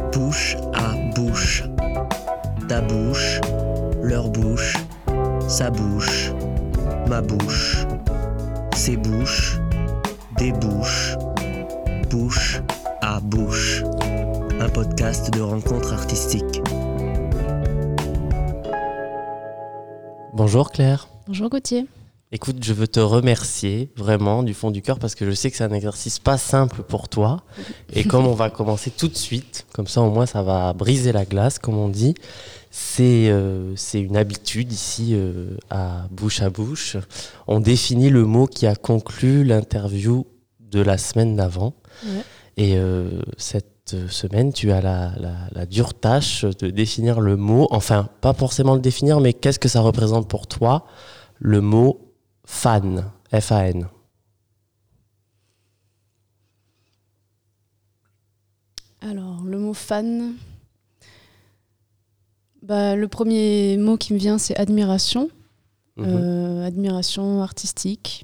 Bouche à bouche. Ta bouche, leur bouche, sa bouche, ma bouche, ses bouches, des bouches, bouche à bouche. Un podcast de rencontres artistiques. Bonjour Claire. Bonjour Gauthier. Écoute, je veux te remercier vraiment du fond du cœur parce que je sais que c'est un exercice pas simple pour toi. Et comme on va commencer tout de suite, comme ça au moins ça va briser la glace, comme on dit, c'est une habitude ici à bouche. On définit le mot qui a conclu l'interview de la semaine d'avant. Ouais. Et cette semaine, tu as la dure tâche de définir le mot, enfin pas forcément le définir, mais qu'est-ce que ça représente pour toi, le mot fan, F-A-N. Alors, le mot fan, le premier mot qui me vient, c'est admiration. Admiration artistique.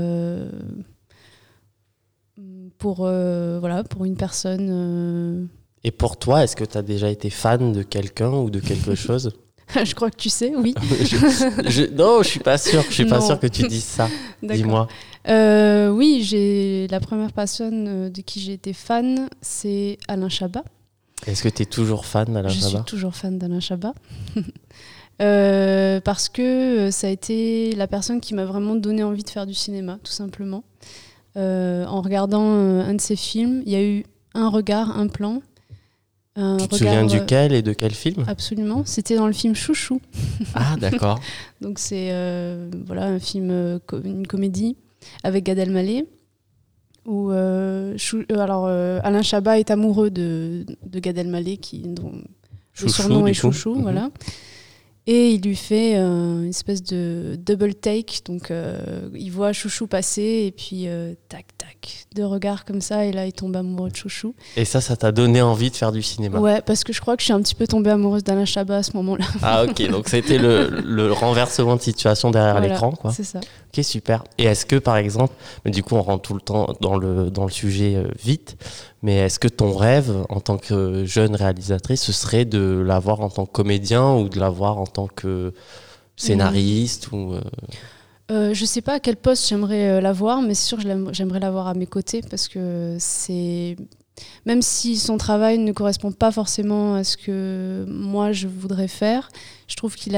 Pour une personne. Et pour toi, est-ce que tu as déjà été fan de quelqu'un ou de quelque chose ? Je crois que tu sais, oui. Non, je suis pas sûr. Je suis pas sûr que tu dises ça. Dis-moi. Oui, la première personne de qui j'ai été fan, c'est Alain Chabat. Est-ce que tu es toujours fan d'Alain Chabat ? Je suis toujours fan d'Alain Chabat. Parce que ça a été la personne qui m'a vraiment donné envie de faire du cinéma, tout simplement. En regardant un de ses films, il y a eu un regard, un plan. Tu te souviens duquel et de quel film ? Absolument, c'était dans le film Chouchou. Ah, d'accord. Donc c'est un film, une comédie avec Gad Elmaleh, où Alain Chabat est amoureux de Gad Elmaleh, dont le surnom est Chouchou, voilà. Et il lui fait une espèce de double take, donc il voit Chouchou passer et puis tac tac, 2 regards comme ça et là il tombe amoureux de Chouchou. Et ça t'a donné envie de faire du cinéma ? Ouais, parce que je crois que je suis un petit peu tombée amoureuse d'Alain Chabat à ce moment-là. Ah ok, donc c'était le renversement de situation derrière l'écran, quoi. C'est ça. Ok, super. Et est-ce que par exemple, mais du coup on rentre tout le temps dans le sujet vite, mais est-ce que ton rêve en tant que jeune réalisatrice, ce serait de la voir en tant que comédien ou de la voir en tant que scénariste ou je sais pas à quel poste j'aimerais la voir, mais c'est sûr que j'aimerais la voir à mes côtés parce que c'est... Même si son travail ne correspond pas forcément à ce que moi je voudrais faire, je trouve qu'il a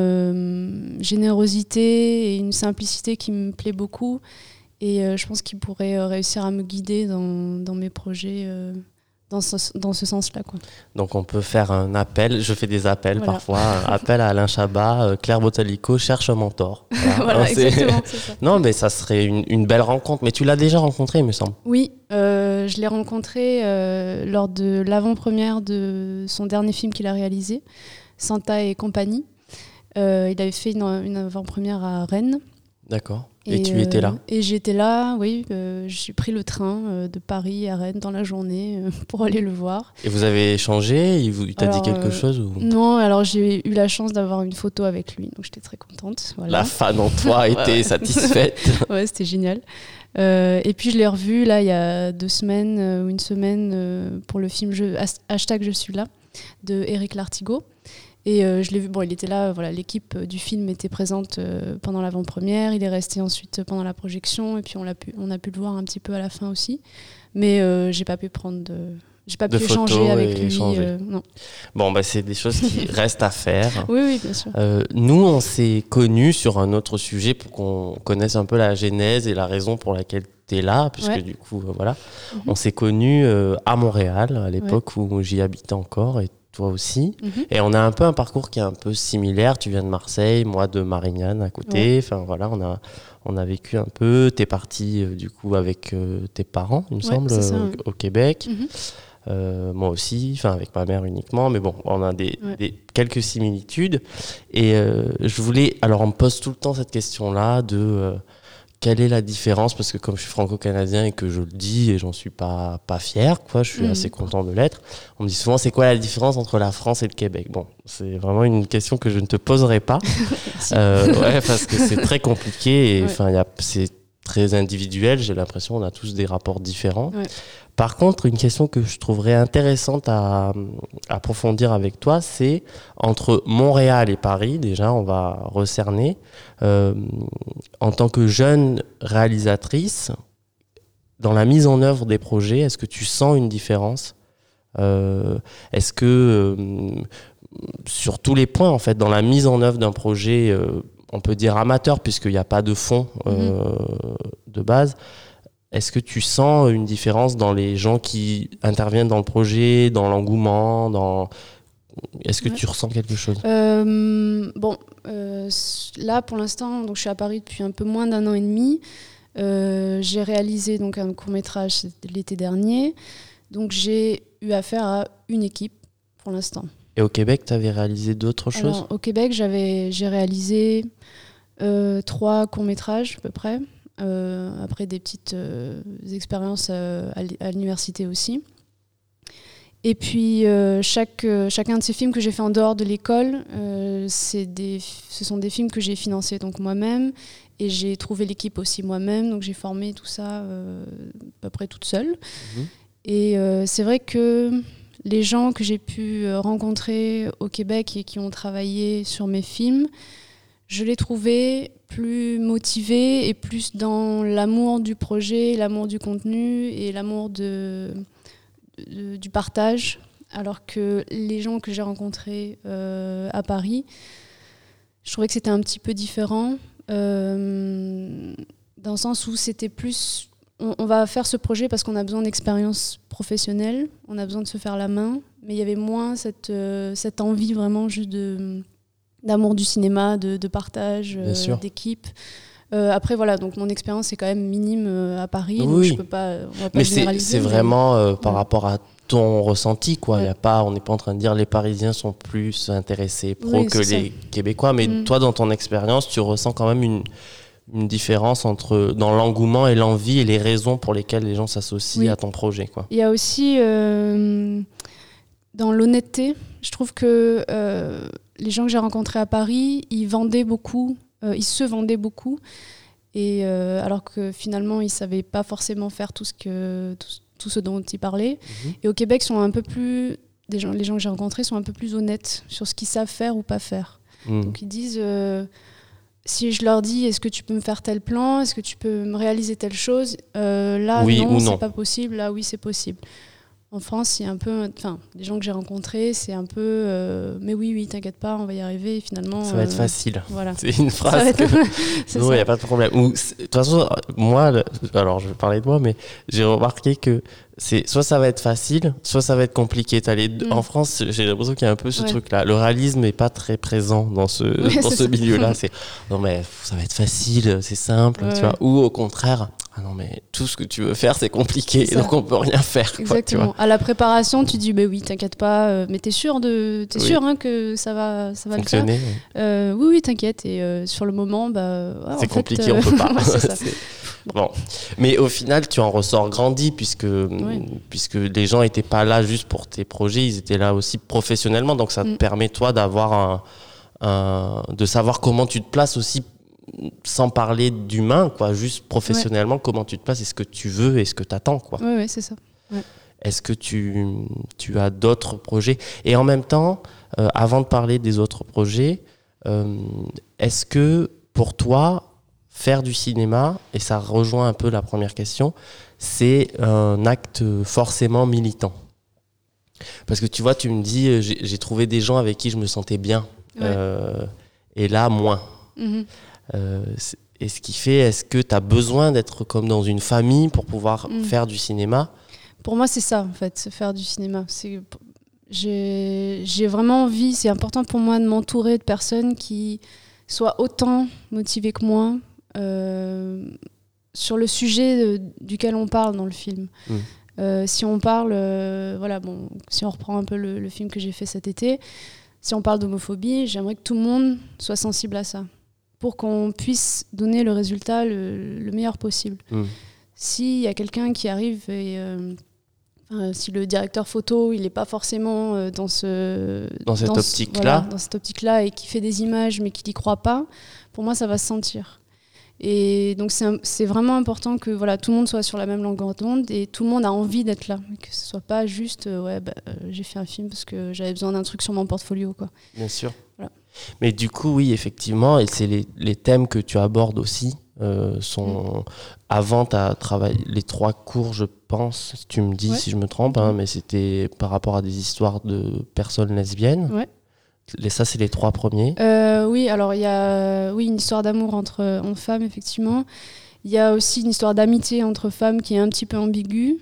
une générosité et une simplicité qui me plaît beaucoup. Et je pense qu'il pourrait réussir à me guider dans mes projets dans ce sens-là, quoi. Donc on peut faire un appel, je fais des appels parfois, un appel à Alain Chabat, Claire Botalico cherche un mentor. Voilà, exactement, c'est ça. Non, mais ça serait une belle rencontre. Mais tu l'as déjà rencontré, il me semble. Oui, je l'ai rencontré lors de l'avant-première de son dernier film qu'il a réalisé, Santa et compagnie. Il avait fait une avant-première à Rennes. D'accord. Et tu étais là ? Et j'étais là, oui. J'ai pris le train de Paris à Rennes dans la journée pour aller le voir. Et vous avez échangé ? Il t'a dit quelque chose ou... Non, alors j'ai eu la chance d'avoir une photo avec lui, donc j'étais très contente. Voilà. La fan en toi était satisfaite. Ouais, c'était génial. Et puis je l'ai revu là il y a 2 semaines ou une semaine pour le film Hashtag Je suis là de Éric Lartigot. Et je l'ai vu, il était là, l'équipe du film était présente pendant l'avant-première, il est resté ensuite pendant la projection, et puis on a pu le voir un petit peu à la fin aussi. Mais j'ai pas pu échanger avec lui. Non. Bon, c'est des choses qui restent à faire. Oui, bien sûr. Nous, on s'est connus sur un autre sujet pour qu'on connaisse un peu la genèse et la raison pour laquelle tu es là, puisque du coup, on s'est connus à Montréal, à l'époque où j'y habitais encore, et toi aussi. Et on a un peu un parcours qui est un peu similaire. Tu viens de Marseille, moi de Marignane à côté. Enfin voilà, on a vécu un peu. T'es parti du coup avec tes parents, il me semble, au Québec. Moi aussi, enfin avec ma mère uniquement. Mais bon, on a quelques similitudes. Et je voulais... Alors on me pose tout le temps cette question-là de... quelle est la différence ? Parce que comme je suis franco-canadien et que je le dis et j'en suis pas fier, quoi, je suis assez content de l'être. On me dit souvent, c'est quoi la différence entre la France et le Québec ? Bon, c'est vraiment une question que je ne te poserai pas. Parce que c'est très compliqué et très individuel. J'ai l'impression qu'on a tous des rapports différents. Ouais. Par contre, une question que je trouverais intéressante à approfondir avec toi, c'est entre Montréal et Paris, déjà, on va recerner. En tant que jeune réalisatrice, dans la mise en œuvre des projets, est-ce que tu sens une différence ? Est-ce que, sur tous les points, en fait, dans la mise en œuvre d'un projet, on peut dire amateur, puisqu'il n'y a pas de fond de base, est-ce que tu sens une différence dans les gens qui interviennent dans le projet, dans l'engouement, Est-ce que tu ressens quelque chose ? Là, pour l'instant, donc, je suis à Paris depuis un peu moins d'1 an et demi. J'ai réalisé donc, un court-métrage l'été dernier. Donc, j'ai eu affaire à une équipe pour l'instant. Et au Québec, tu avais réalisé d'autres choses ? Alors, au Québec, j'ai réalisé 3 courts-métrages à peu près. Après des petites expériences à l'université aussi. Et puis chacun de ces films que j'ai fait en dehors de l'école, ce sont des films que j'ai financés donc moi-même, et j'ai trouvé l'équipe aussi moi-même, donc j'ai formé tout ça à peu près toute seule. Et c'est vrai que les gens que j'ai pu rencontrer au Québec et qui ont travaillé sur mes films, je l'ai trouvé plus motivé et plus dans l'amour du projet, l'amour du contenu et l'amour du partage. Alors que les gens que j'ai rencontrés à Paris, je trouvais que c'était un petit peu différent, dans le sens où c'était plus... On va faire ce projet parce qu'on a besoin d'expérience professionnelle, on a besoin de se faire la main, mais il y avait moins cette envie vraiment juste d'amour du cinéma, de partage, d'équipe. Après, voilà, donc mon expérience est quand même minime à Paris, donc on va pas généraliser. C'est vraiment par rapport à ton ressenti, quoi. Ouais. On n'est pas en train de dire les Parisiens sont plus intéressés que les Québécois, mais toi, dans ton expérience, tu ressens quand même une différence dans l'engouement et l'envie et les raisons pour lesquelles les gens s'associent à ton projet, quoi. Il y a aussi, dans l'honnêteté, je trouve que les gens que j'ai rencontrés à Paris, ils se vendaient beaucoup, et alors que finalement ils savaient pas forcément faire tout ce dont ils parlaient. Et au Québec, sont un peu plus, les gens que j'ai rencontrés sont un peu plus honnêtes sur ce qu'ils savent faire ou pas faire. Donc ils disent, si je leur dis est-ce que tu peux me faire tel plan, est-ce que tu peux me réaliser telle chose, là non, c'est pas possible, là oui c'est possible. En France, il y a un peu, les gens que j'ai rencontrés, c'est un peu, mais oui, t'inquiète pas, on va y arriver. Et finalement, ça va être facile. Voilà. C'est une phrase non, il n'y a pas de problème. De toute façon, moi, alors je vais parler de moi, mais j'ai remarqué que soit ça va être facile, soit ça va être compliqué. En France, j'ai l'impression qu'il y a un peu ce truc-là. Le réalisme n'est pas très présent dans ce milieu-là. C'est non mais ça va être facile, c'est simple, tu vois. Ou au contraire. Ah non, mais tout ce que tu veux faire, c'est compliqué, donc on peut rien faire. Exactement. Quoi, tu vois. À la préparation, tu dis, oui, t'inquiète pas, mais t'es sûr que ça va fonctionner, le faire. Oui, t'inquiète. Et sur le moment, c'est compliqué, on peut pas. C'est ça. Bon. Mais au final, tu en ressors grandi puisque les gens n'étaient pas là juste pour tes projets, ils étaient là aussi professionnellement. Donc ça te permet, toi, d'avoir de savoir comment tu te places aussi, sans parler d'humain, quoi, juste professionnellement, comment tu te places et ce que tu veux et ce que tu attends, quoi. Oui, c'est ça. Ouais. Est-ce que tu as d'autres projets ? Et en même temps, avant de parler des autres projets, est-ce que pour toi, faire du cinéma, et ça rejoint un peu la première question, c'est un acte forcément militant ? Parce que tu vois, tu me dis, j'ai trouvé des gens avec qui je me sentais bien, et là, moins. Et ce qui fait, est-ce que tu as besoin d'être comme dans une famille pour pouvoir faire du cinéma ? Pour moi, c'est ça, en fait, faire du cinéma. J'ai vraiment envie, c'est important pour moi de m'entourer de personnes qui soient autant motivées que moi sur le sujet duquel on parle dans le film. Si on parle, si on reprend un peu le film que j'ai fait cet été, si on parle d'homophobie, j'aimerais que tout le monde soit sensible à ça, pour qu'on puisse donner le résultat le meilleur possible. S'il y a quelqu'un qui arrive et si le directeur photo il n'est pas forcément dans cette optique-là et qui fait des images mais qui n'y croit pas, pour moi ça va se sentir. Et donc c'est vraiment important que voilà, tout le monde soit sur la même longueur d'onde et tout le monde a envie d'être là. Que ce soit pas juste j'ai fait un film parce que j'avais besoin d'un truc sur mon portfolio, quoi. Bien sûr. Voilà. Mais du coup, oui, effectivement, et c'est les thèmes que tu abordes aussi sont... Avant, tu as travaillé les 3 cours, je pense, si tu me dis si je me trompe, hein, mais c'était par rapport à des histoires de personnes lesbiennes. Ouais. Ça, c'est les 3 premiers. Oui, alors il y a une histoire d'amour entre femmes, effectivement. Il y a aussi une histoire d'amitié entre femmes qui est un petit peu ambiguë.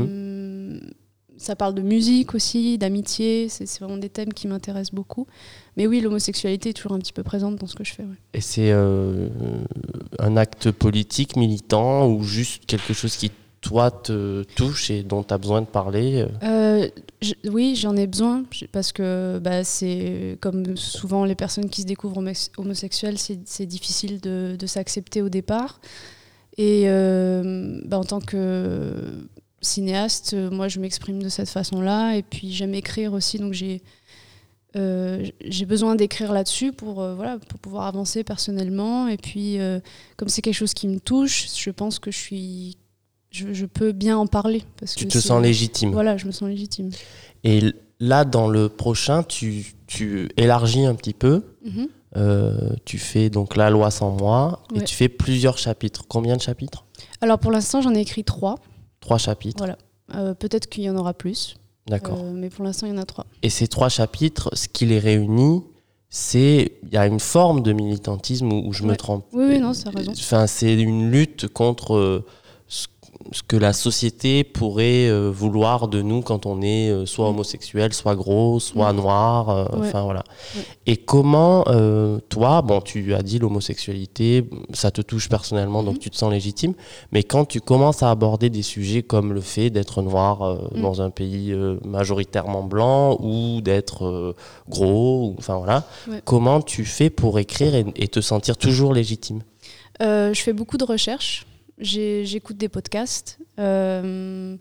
Ça parle de musique aussi, d'amitié. C'est vraiment des thèmes qui m'intéressent beaucoup. Mais oui, l'homosexualité est toujours un petit peu présente dans ce que je fais. Ouais. Et c'est un acte politique, militant, ou juste quelque chose qui, toi, te touche et dont tu as besoin de parler Oui, j'en ai besoin, parce que c'est comme souvent les personnes qui se découvrent homosexuelles, c'est difficile de s'accepter au départ. Et en tant que cinéaste, moi je m'exprime de cette façon-là, et puis j'aime écrire aussi, donc j'ai besoin d'écrire là-dessus pour pouvoir avancer personnellement. Et puis comme c'est quelque chose qui me touche, je pense que je peux bien en parler. Parce tu que te sens légitime. Voilà, je me sens légitime. Et là, dans le prochain, tu élargis un petit peu. Tu fais donc La loi sans moi et tu fais plusieurs chapitres. Combien de chapitres ? Alors pour l'instant, j'en ai écrit 3. 3 chapitres. Voilà. Peut-être qu'il y en aura plus. D'accord. Mais pour l'instant, il y en a 3. Et ces 3 chapitres, ce qui les réunit, il y a une forme de militantisme où je me trompe. Oui, non, c'est raison. Enfin, c'est une lutte contre ce que la société pourrait vouloir de nous quand on est soit homosexuel, soit gros, soit noir, enfin voilà. Ouais. Et comment, toi, tu as dit l'homosexualité, ça te touche personnellement, donc tu te sens légitime, mais quand tu commences à aborder des sujets comme le fait d'être noir dans un pays majoritairement blanc ou d'être gros, enfin voilà, comment tu fais pour écrire et te sentir toujours légitime ? Je fais beaucoup de recherches. J'écoute des podcasts et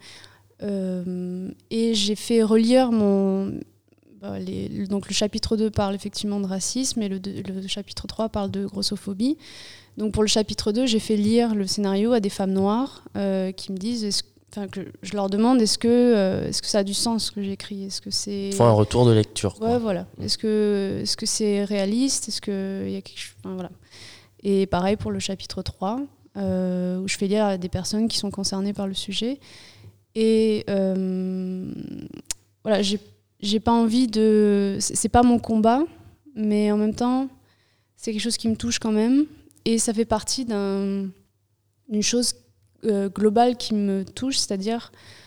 j'ai fait relire donc le chapitre 2 parle effectivement de racisme et le chapitre 3 parle de grossophobie. Donc pour le chapitre 2, j'ai fait lire le scénario à des femmes noires qui me disent, que je leur demande est-ce que ça a du sens ce que j'écris, est-ce que c'est... Il faut un retour de lecture. Ouais, voilà. Est-ce que c'est réaliste, est-ce que il y a quelque chose... Enfin, voilà. Et pareil pour le chapitre 3. Où je fais lire à des personnes qui sont concernées par le sujet. Et voilà, j'ai pas envie de... C'est pas mon combat, mais en même temps, c'est quelque chose qui me touche quand même. Et ça fait partie d'une chose globale qui me touche, c'est-à-dire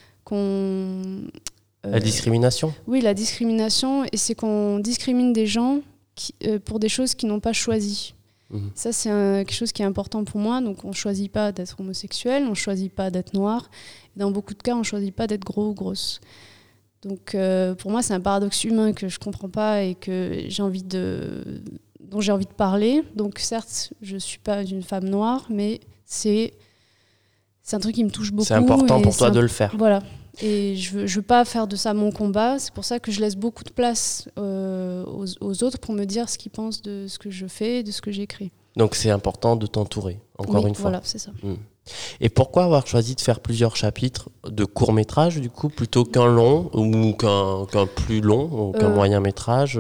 la discrimination ? Oui, la discrimination. Et c'est qu'on discrimine des gens pour des choses qu'ils n'ont pas choisies. Ça, c'est quelque chose qui est important pour moi. Donc, on ne choisit pas d'être homosexuel, on ne choisit pas d'être noir. Et dans beaucoup de cas, on ne choisit pas d'être gros ou grosse. Donc, pour moi, c'est un paradoxe humain que je ne comprends pas et que dont j'ai envie de parler. Donc, certes, je ne suis pas une femme noire, mais c'est un truc qui me touche beaucoup. C'est important pour toi de le faire. Voilà. Et je veux pas faire de ça mon combat. C'est pour ça que je laisse beaucoup de place aux autres pour me dire ce qu'ils pensent de ce que je fais, de ce que j'écris. Donc c'est important de t'entourer, encore une fois. Voilà, c'est ça. Et pourquoi avoir choisi de faire plusieurs chapitres de court-métrage, du coup, plutôt qu'un long ou qu'un plus long, ou qu'un moyen-métrage ?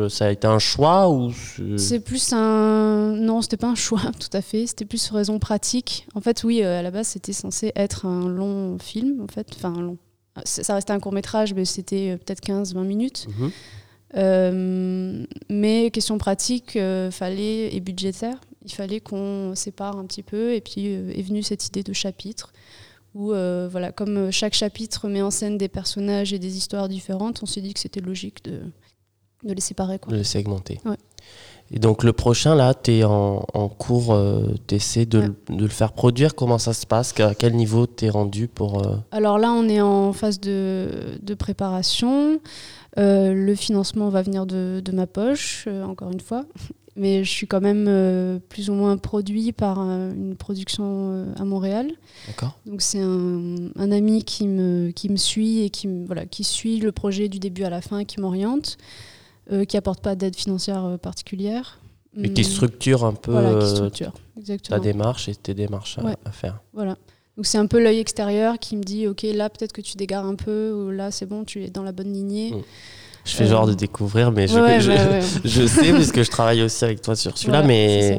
Ça a été un choix ou c'est plus Non, c'était pas un choix, tout à fait. C'était plus une raison pratique. En fait, oui, à la base, c'était censé être un long film, en fait. Enfin, un long. Ça restait un court-métrage, mais c'était peut-être 15-20 minutes. Mais question pratique, et budgétaire, il fallait qu'on sépare un petit peu. Et puis est venue cette idée de chapitre où, comme chaque chapitre met en scène des personnages et des histoires différentes, on s'est dit que c'était logique de les séparer, quoi. De les segmenter. Ouais. Et donc le prochain, là, tu es en cours, tu essaies de le faire produire. Comment ça se passe ? À quel niveau tu es rendu pour... Alors là, on est en phase de préparation. Le financement va venir de ma poche, encore une fois. Mais je suis quand même plus ou moins produit par une production à Montréal. D'accord. Donc c'est un ami qui me suit et qui suit le projet du début à la fin, qui m'oriente. Qui n'apporte pas d'aide financière particulière. Et qui structure un peu exactement. ta démarche et tes démarches à faire. Voilà. Donc c'est un peu l'œil extérieur qui me dit ok, là peut-être que tu dégares un peu, ou là c'est bon, tu es dans la bonne lignée. Je fais genre de découvrir, mais je sais puisque je travaille aussi avec toi sur celui-là,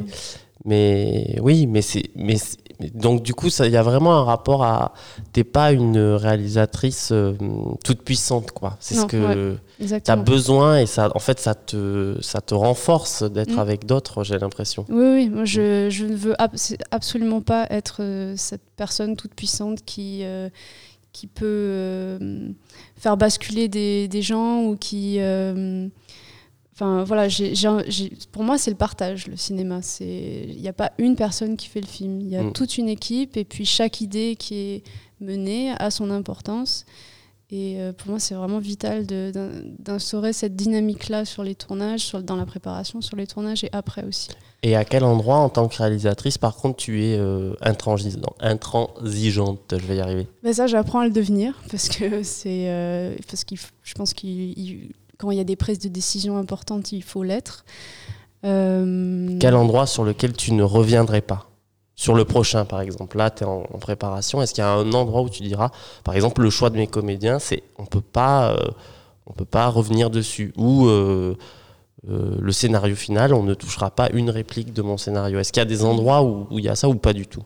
donc du coup il y a vraiment un rapport à t'es pas une réalisatrice toute puissante, quoi. C'est ce que t'as besoin, et ça en fait ça te renforce d'être avec d'autres, j'ai l'impression. Oui, moi je ne veux absolument pas être cette personne toute puissante qui peut faire basculer des gens, ou qui enfin voilà, pour moi c'est le partage, le cinéma. Il n'y a pas une personne qui fait le film, il y a toute une équipe, et puis chaque idée qui est menée a son importance. Et pour moi c'est vraiment vital d'instaurer cette dynamique-là sur les tournages, dans la préparation, sur les tournages et après aussi. Et à quel endroit, en tant que réalisatrice, par contre, tu es intransigeante, je vais y arriver? Mais ça, j'apprends à le devenir, parce que je pense quand il y a des prises de décision importantes, il faut l'être. Quel endroit sur lequel tu ne reviendrais pas? Sur le prochain, par exemple. Là, tu es en préparation. Est-ce qu'il y a un endroit où tu diras, par exemple, le choix de mes comédiens, c'est on peut pas revenir dessus, ou le scénario final, on ne touchera pas une réplique de mon scénario? Est-ce qu'il y a des endroits où il y a ça, ou pas du tout?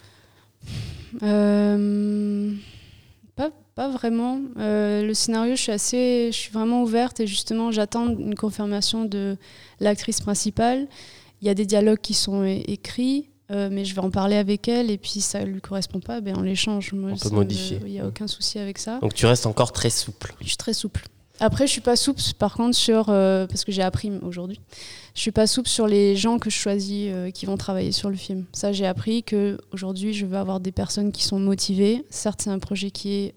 Pas vraiment. Le scénario, je suis vraiment ouverte, et justement, j'attends une confirmation de l'actrice principale. Il y a des dialogues qui sont écrits, mais je vais en parler avec elle, et puis si ça ne lui correspond pas, on les change. Moi, on peut modifier. Il n'y a aucun souci avec ça. Donc tu restes encore très souple. Je suis très souple. Après, je ne suis pas souple, par contre, parce que j'ai appris aujourd'hui, je ne suis pas souple sur les gens que je choisis qui vont travailler sur le film. Ça, j'ai appris qu'aujourd'hui, je veux avoir des personnes qui sont motivées. Certes, c'est un projet qui est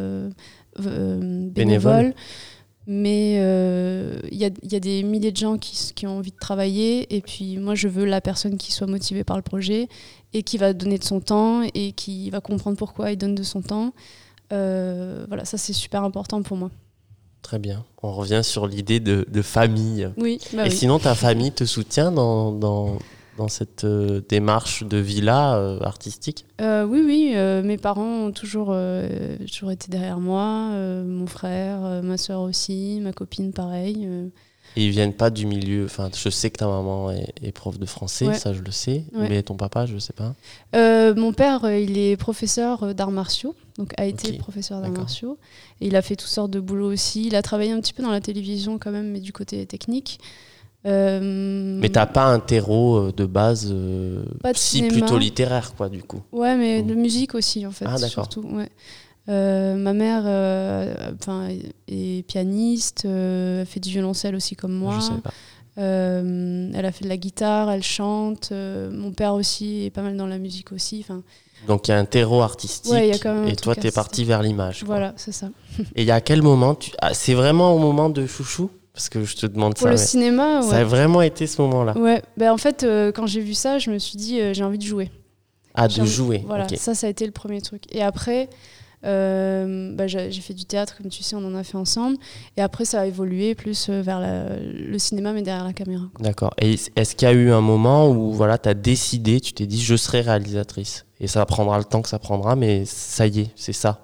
bénévole, mais il y a des milliers de gens qui ont envie de travailler, et puis moi, je veux la personne qui soit motivée par le projet et qui va donner de son temps, et qui va comprendre pourquoi il donne de son temps. Voilà, ça, c'est super important pour moi. Très bien. On revient sur l'idée de famille. Oui. Sinon, ta famille te soutient dans cette démarche de vie-là artistique? Oui. Mes parents ont toujours été derrière moi. Mon frère, ma sœur aussi, ma copine pareil. Et ils viennent pas du milieu... Enfin, je sais que ta maman est prof de français, ça je le sais. Ouais. Mais ton papa, je sais pas. Mon père, il est professeur d'arts martiaux. Donc a été professeur d'arts martiaux. Et il a fait toutes sortes de boulots aussi. Il a travaillé un petit peu dans la télévision quand même, mais du côté technique. Mais t'as pas un terreau de base plutôt littéraire, quoi, du coup. Ouais, mais de musique aussi, en fait. Ah, d'accord. Surtout, ouais. Ma mère est pianiste, elle fait du violoncelle aussi comme moi. Je savais pas. Elle a fait de la guitare, elle chante. Mon père aussi est pas mal dans la musique aussi. Donc il y a un terreau artistique, y a quand même et toi t'es parti vers l'image. Voilà, c'est ça. Et il y a quel moment c'est vraiment au moment de Chouchou? Parce que je te demande pour ça. Pour le cinéma, ça a vraiment été ce moment-là. Ouais, en fait, quand j'ai vu ça, je me suis dit j'ai envie de jouer. Ah, de jouer. Voilà, ça a été le premier truc. Et après, j'ai fait du théâtre, comme tu sais, on en a fait ensemble. Et après, ça a évolué plus vers le cinéma, mais derrière la caméra. D'accord. Et est-ce qu'il y a eu un moment où tu as décidé, tu t'es dit je serai réalisatrice? Et ça prendra le temps que ça prendra, mais ça y est, c'est ça.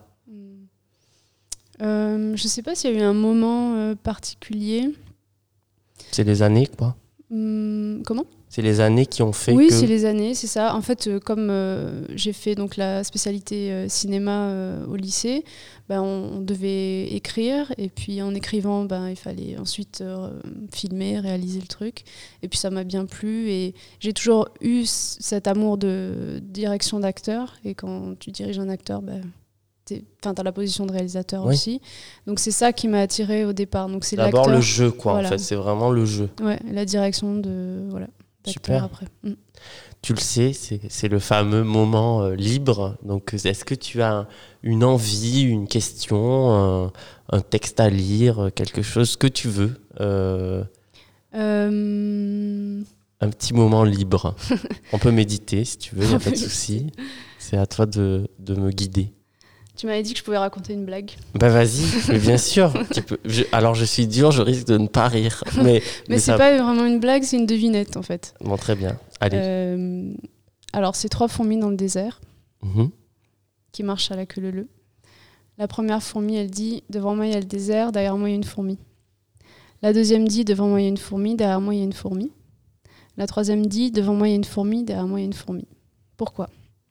Je sais pas s'il y a eu un moment particulier. C'est les années, quoi. Comment? C'est les années qui ont fait que... Oui, c'est les années, c'est ça. En fait, comme j'ai fait donc, la spécialité cinéma au lycée, on devait écrire. Et puis en écrivant, il fallait ensuite filmer, réaliser le truc. Et puis ça m'a bien plu. Et j'ai toujours eu cet amour de direction d'acteur. Et quand tu diriges un acteur, t'as la position de réalisateur aussi. Donc c'est ça qui m'a attirée au départ. Donc, c'est d'abord l'acteur. Le jeu, quoi. Voilà. En fait, c'est vraiment le jeu. Ouais, la direction d'acteur. Super. Après. Tu le sais, c'est le fameux moment libre. Donc, est-ce que tu as une envie, une question, un texte à lire, quelque chose que tu veux Un petit moment libre. On peut méditer si tu veux, il n'y a pas de souci. C'est à toi de me guider. Tu m'avais dit que je pouvais raconter une blague. Bah vas-y, mais bien sûr. Alors je suis dur, je risque de ne pas rire. Mais c'est ça... pas vraiment une blague, c'est une devinette en fait. Bon, très bien. Allez. Alors c'est 3 fourmis dans le désert qui marchent à la queue leu-leu. La première fourmi, elle dit « Devant moi, il y a le désert, derrière moi, il y a une fourmi. » La deuxième dit « Devant moi, il y a une fourmi, derrière moi, il y a une fourmi. » La troisième dit « Devant moi, il y a une fourmi, derrière moi, il y a une fourmi. » Pourquoi ?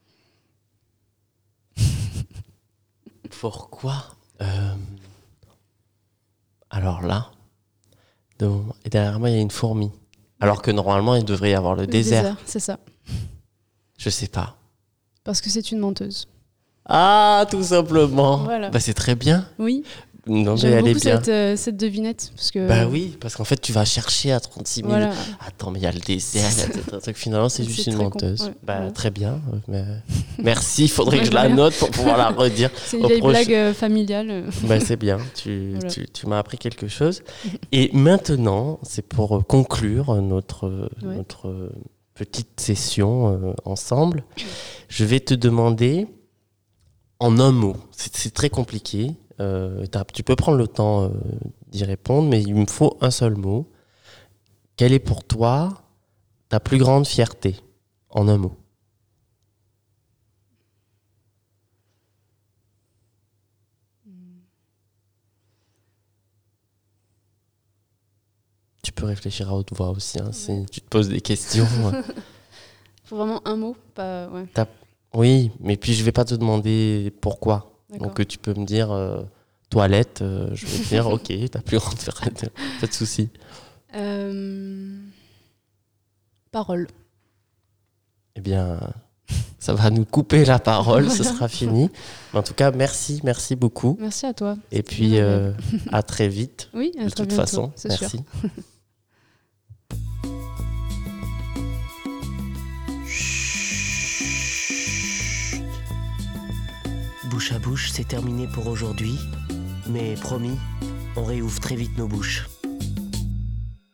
Pourquoi Alors là, et derrière moi, il y a une fourmi. Alors que normalement, il devrait y avoir le désert. C'est ça. Je sais pas. Parce que c'est une menteuse. Ah, tout simplement. Voilà. Bah, c'est très bien. Oui. Non, mais j'aime elle est beaucoup bien. cette devinette. Parce que... Bah oui, parce qu'en fait, tu vas chercher à 36 000. Voilà. Attends, mais il y a le désert, il y a un truc. Finalement, c'est juste une menteuse. Ouais. Bah, ouais. Très bien. Mais... Merci, il faudrait que je la note pour pouvoir la redire. C'est une vieille blague familiale. Bah, c'est bien, tu m'as appris quelque chose. Et maintenant, c'est pour conclure notre petite session ensemble. Je vais te demander en un mot. C'est très compliqué. Tu peux prendre le temps d'y répondre, mais il me faut un seul mot. Quelle est pour toi ta plus grande fierté en un mot? Tu peux réfléchir à haute voix aussi, hein, si tu te poses des questions. Faut vraiment un mot, pas... Ouais. Oui, mais puis je vais pas te demander pourquoi. D'accord. Donc tu peux me dire toilette, je vais te dire ok, ta plus grande fierté, pas de souci. Parole. Eh bien, ça va nous couper la parole, ce sera fini. Mais en tout cas, merci beaucoup. Merci à toi. Et puis à très vite. Oui, à de très toute bientôt, façon, c'est merci. Sûr. Bouche à bouche, c'est terminé pour aujourd'hui. Mais promis, on réouvre très vite nos bouches.